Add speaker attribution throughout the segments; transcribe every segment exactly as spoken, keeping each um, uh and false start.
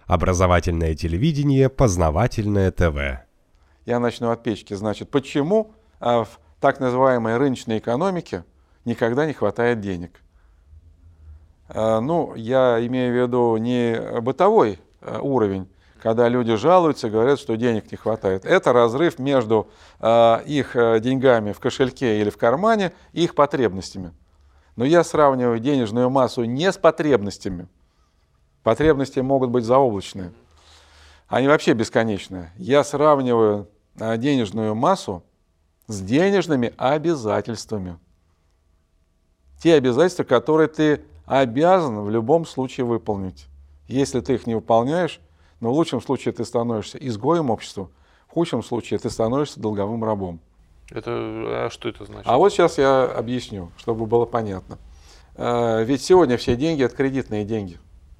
Speaker 1: Образовательное телевидение, познавательное ТВ.
Speaker 2: Я начну от печки. Значит, почему в так называемой рыночной экономике никогда не хватает денег? Ну, я имею в виду не бытовой уровень, когда люди жалуются, говорят, что денег не хватает. Это разрыв между их деньгами в кошельке или в кармане и их потребностями. Но я сравниваю денежную массу не с потребностями. Потребности могут быть заоблачные. Они вообще бесконечные. Я сравниваю денежную массу с денежными обязательствами. Те обязательства, которые ты обязан в любом случае выполнить. Если ты их не выполняешь, но в лучшем случае ты становишься изгоем общества, в худшем случае ты становишься долговым рабом.
Speaker 3: Это, а что это значит?
Speaker 2: А вот сейчас я объясню, чтобы было понятно. Ведь сегодня все деньги – это кредитные деньги.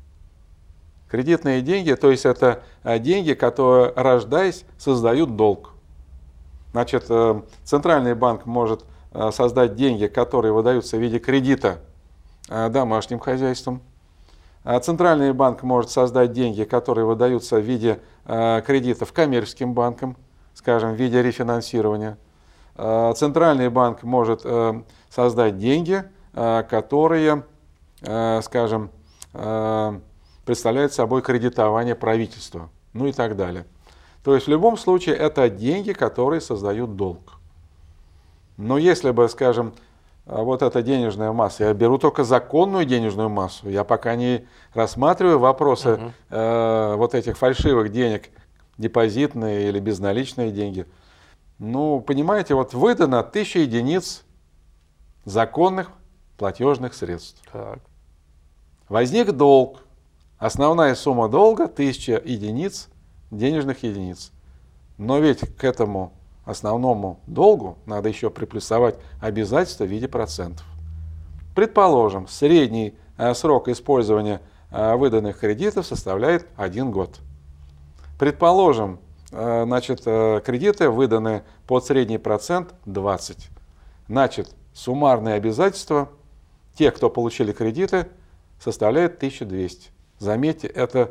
Speaker 2: Кредитные деньги, то есть это деньги, которые, рождаясь, создают долг. Значит, Центральный банк может создать деньги, которые выдаются в виде кредита домашним хозяйствам. Центральный банк может создать деньги, которые выдаются в виде кредитов коммерческим банкам, скажем, в виде рефинансирования. Центральный банк может создать деньги, которые, скажем, представляют собой кредитование правительства, ну и так далее. То есть в любом случае это деньги, которые создают долг. Но если бы, скажем, вот эта денежная масса, я беру только законную денежную массу, я пока не рассматриваю вопросы uh-huh. э, вот этих фальшивых денег, депозитные или безналичные деньги. Ну, понимаете, вот выдано тысяча единиц законных платежных средств.
Speaker 3: Так.
Speaker 2: Возник долг. Основная сумма долга – тысяча единиц денежных единиц. Но ведь к этому основному долгу надо еще приплюсовать обязательства в виде процентов. Предположим, средний срок использования выданных кредитов составляет один год. Предположим, значит, кредиты выданы под средний процент двадцать. Значит, суммарные обязательства тех, кто получили кредиты, составляют тысячу двести. Заметьте, это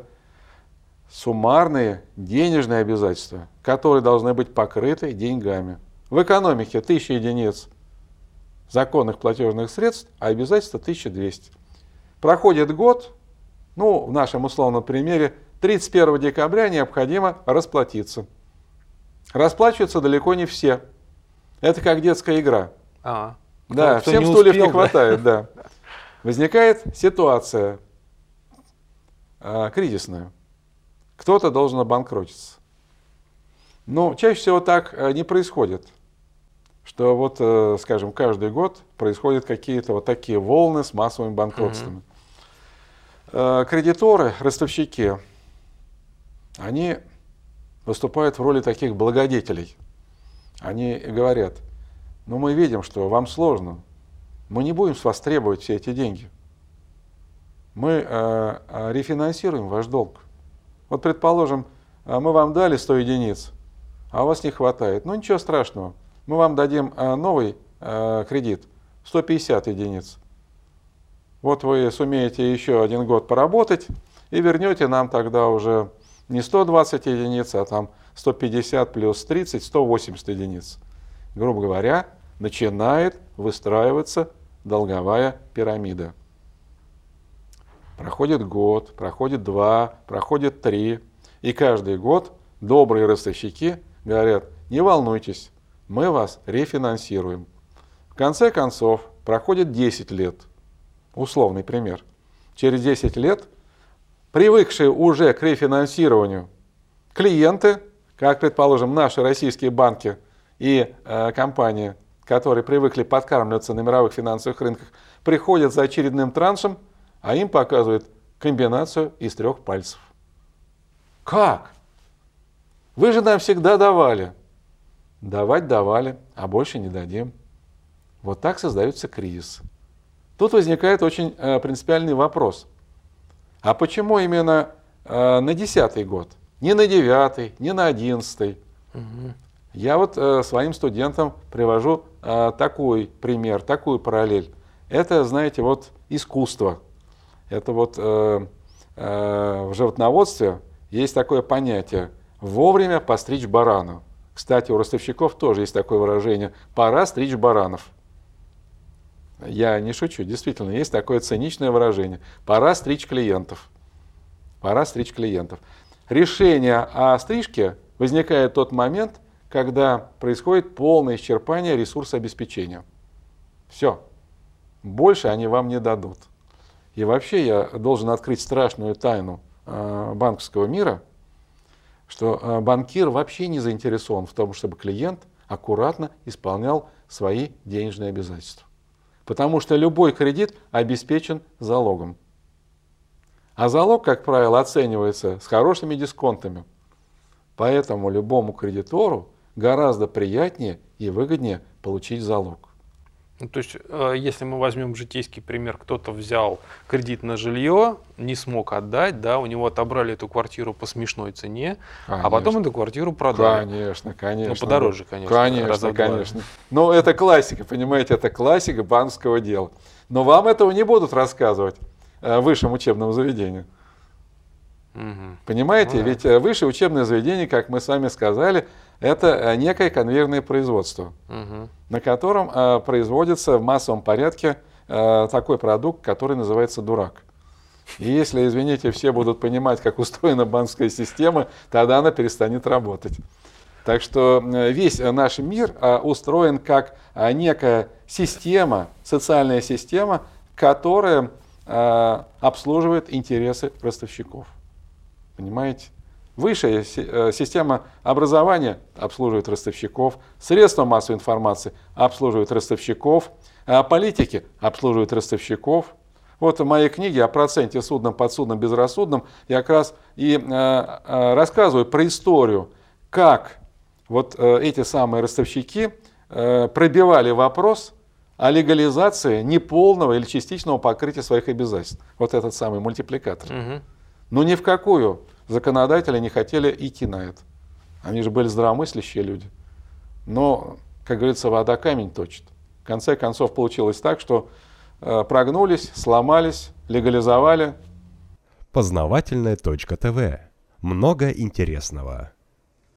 Speaker 2: суммарные денежные обязательства, которые должны быть покрыты деньгами. В экономике тысяча единиц законных платежных средств, а обязательства тысяча двести. Проходит год, ну, в нашем условном примере, тридцать первого декабря необходимо расплатиться. Расплачиваются далеко не все. Это как детская игра.
Speaker 3: А,
Speaker 2: да,
Speaker 3: кто,
Speaker 2: всем
Speaker 3: кто
Speaker 2: стульев
Speaker 3: успел,
Speaker 2: не хватает, да. да. Возникает ситуация э, кризисная. Кто-то должен обанкротиться. Но чаще всего так не происходит, что вот, э, скажем, каждый год происходят какие-то вот такие волны с массовыми банкротствами. Mm-hmm. Э, кредиторы, ростовщики, они выступают в роли таких благодетелей. Они говорят: ну мы видим, что вам сложно, мы не будем с вас требовать все эти деньги. Мы э, рефинансируем ваш долг. Вот, предположим, мы вам дали сто единиц, а у вас не хватает. Ну ничего страшного, мы вам дадим э, новый э, кредит, сто пятьдесят единиц. Вот вы сумеете еще один год поработать и вернете нам тогда уже не сто двадцать единиц, а там сто пятьдесят плюс тридцать, сто восемьдесят единиц. Грубо говоря, начинает выстраиваться долговая пирамида. Проходит год, проходит два, проходит три. И каждый год добрые ростовщики говорят: не волнуйтесь, мы вас рефинансируем. В конце концов, проходит десять лет. Условный пример. Через десять лет привыкшие уже к рефинансированию клиенты, как, предположим, наши российские банки и э, компании, которые привыкли подкармливаться на мировых финансовых рынках, приходят за очередным траншем, а им показывают комбинацию из трех пальцев. Как? Вы же нам всегда давали. Давать давали, а больше не дадим. Вот так создаются кризисы. Тут возникает очень э, принципиальный вопрос. А почему именно э, на десятый год? Не на девятый, не на одиннадцатый. Угу. Я вот э, своим студентам привожу э, такой пример, такую параллель. Это, знаете, вот искусство. Это вот э, э, в животноводстве есть такое понятие «вовремя постричь барана». Кстати, у ростовщиков тоже есть такое выражение «пора стричь баранов». Я не шучу, действительно, есть такое циничное выражение «пора стричь клиентов». Пора стричь клиентов. Решение о стрижке возникает в тот момент, когда происходит полное исчерпание ресурса обеспечения. Все. Больше они вам не дадут. И вообще я должен открыть страшную тайну э, банковского мира, что э, банкир вообще не заинтересован в том, чтобы клиент аккуратно исполнял свои денежные обязательства. Потому что любой кредит обеспечен залогом. А залог, как правило, оценивается с хорошими дисконтами. Поэтому любому кредитору гораздо приятнее и выгоднее получить залог.
Speaker 3: Ну, то есть, э, если мы возьмем житейский пример, кто-то взял кредит на жилье, не смог отдать, да, у него отобрали эту квартиру по смешной цене,
Speaker 2: Конечно.
Speaker 3: а потом эту квартиру продали.
Speaker 2: Конечно, конечно.
Speaker 3: Ну, подороже, конечно.
Speaker 2: Конечно, конечно. Но это классика, понимаете, это классика банковского дела. Но вам этого не будут рассказывать в высшем учебном заведении.
Speaker 3: Угу.
Speaker 2: Понимаете,
Speaker 3: Ну, да.
Speaker 2: ведь высшее учебное заведение, как мы с вами сказали, это некое конвейерное производство,
Speaker 3: Угу.
Speaker 2: на котором э, производится в массовом порядке э, такой продукт, который называется дурак. И если, извините, все будут понимать, как устроена банковская система, тогда она перестанет работать. Так что э, весь наш мир э, устроен как э, некая система, социальная система, которая э, обслуживает интересы ростовщиков. Понимаете? Высшая система образования обслуживает ростовщиков, средства массовой информации обслуживают ростовщиков, политики обслуживают ростовщиков. Вот в моей книге о проценте судном, подсудном, безрассудном я как раз и э, рассказываю про историю, как вот э, эти самые ростовщики э, пробивали вопрос о легализации неполного или частичного покрытия своих обязательств. Вот этот самый мультипликатор.
Speaker 3: Угу.
Speaker 2: Но ни в какую законодатели не хотели идти на это. Они же были здравомыслящие люди. Но, как говорится, вода камень точит. В конце концов получилось так, что э, прогнулись, сломались, легализовали.
Speaker 1: Познавательная точка ТВ. Много интересного.